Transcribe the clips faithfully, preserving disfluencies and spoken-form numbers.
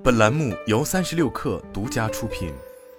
本栏目由三十六氪独家出品。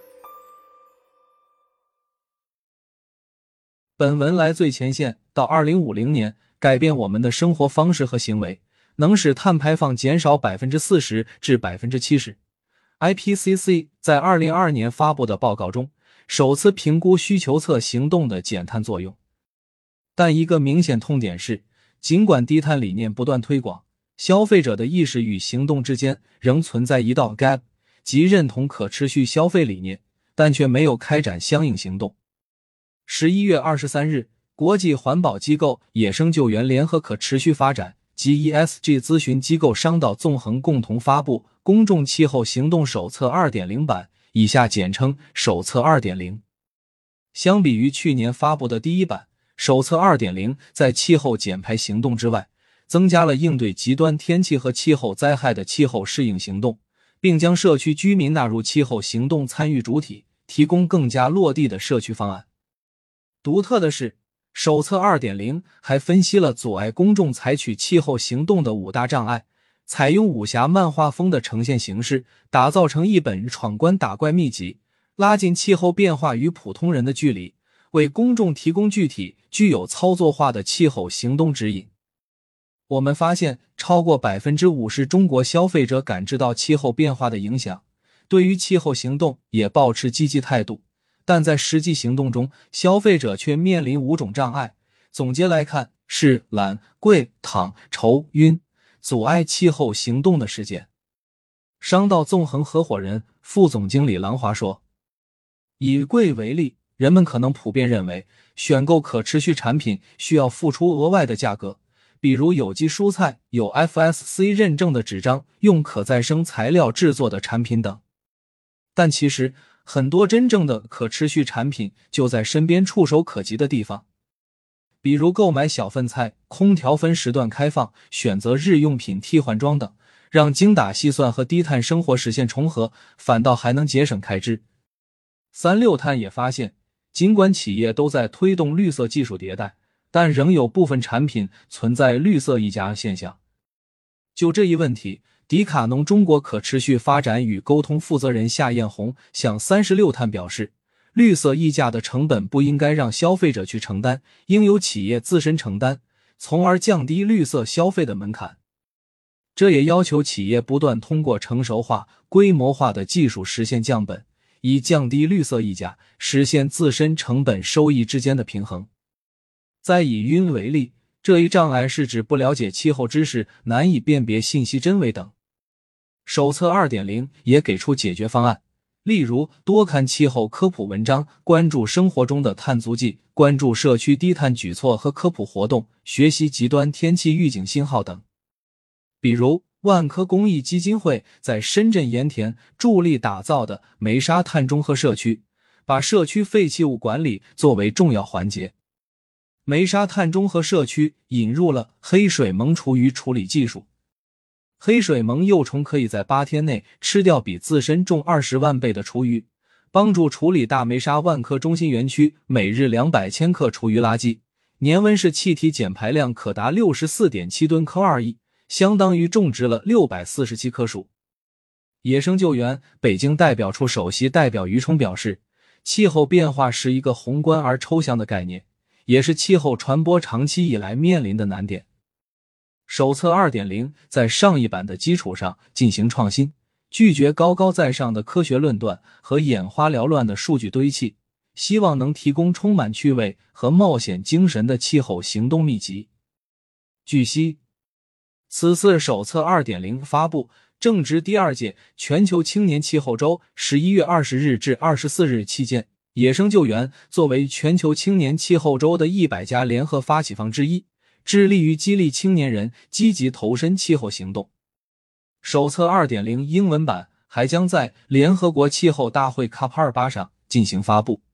本文来最前线，到二零五零年，改变我们的生活方式和行为，能使碳排放减少 百分之四十 至 百分之七十。I P C C 在二零二二年发布的报告中，首次评估需求侧行动的减碳作用。但一个明显痛点是，尽管低碳理念不断推广，消费者的意识与行动之间仍存在一道 gap， 即认同可持续消费理念，但却没有开展相应行动。十一月二十三日，国际环保机构野生救援联合可持续发展及 E S G 咨询机构商道纵横共同发布公众气候行动手册 二点零 版，以下简称手册 二点零。 相比于去年发布的第一版，手册 二点零 在气候减排行动之外，增加了应对极端天气和气候灾害的气候适应行动，并将社区居民纳入气候行动参与主体，提供更加落地的社区方案。独特的是，手册 二点零 还分析了阻碍公众采取气候行动的五大障碍，采用武侠漫画风的呈现形式，打造成一本闯关打怪秘籍，拉近气候变化与普通人的距离，为公众提供具体、具有操作化的气候行动指引。我们发现，超过 百分之五十 中国消费者感知到气候变化的影响，对于气候行动也抱持积极态度，但在实际行动中，消费者却面临五种障碍。总结来看，是懒、贵、躺、愁、晕，阻碍气候行动的事件。商道纵横合伙人副总经理郎华说，以贵为例，人们可能普遍认为，选购可持续产品需要付出额外的价格，比如有机蔬菜、有 F S C 认证的纸张、用可再生材料制作的产品等。但其实，很多真正的可持续产品就在身边触手可及的地方。比如购买小份菜、空调分时段开放、选择日用品替换装等，让精打细算和低碳生活实现重合，反倒还能节省开支。三六碳也发现，尽管企业都在推动绿色技术迭代，但仍有部分产品存在绿色溢价现象。就这一问题，迪卡侬中国可持续发展与沟通负责人夏艳红向三十六碳表示，绿色溢价的成本不应该让消费者去承担，应由企业自身承担，从而降低绿色消费的门槛。这也要求企业不断通过成熟化、规模化的技术实现降本，以降低绿色溢价，实现自身成本收益之间的平衡。再以晕为例，这一障碍是指不了解气候知识，难以辨别信息真伪等。手册 二点零 也给出解决方案，例如多看气候科普文章，关注生活中的碳足迹，关注社区低碳举措和科普活动，学习极端天气预警信号等。比如万科公益基金会在深圳盐田助力打造的煤沙碳中和社区，把社区废弃物管理作为重要环节。煤沙碳中和社区引入了黑水虻厨余处理技术，黑水虻幼虫可以在八天内吃掉比自身重二十万倍的厨余，帮助处理大煤沙万科中心园区每日两百千克厨余垃圾，年温室气体减排量可达 六十四点七吨科二亿，相当于种植了六百四十七棵树。野生救援北京代表处首席代表于冲表示，气候变化是一个宏观而抽象的概念，也是气候传播长期以来面临的难点。手册 二点零 在上一版的基础上进行创新，拒绝高高在上的科学论断和眼花缭乱的数据堆砌，希望能提供充满趣味和冒险精神的气候行动秘籍。据悉，此次手册 二点零 发布正值第二届全球青年气候周十一月二十日至二十四日期间，野生救援作为全球青年气候周的一百家联合发起方之一，致力于激励青年人积极投身气候行动。手册 二点零 英文版还将在联合国气候大会 C O P 二十八 上进行发布。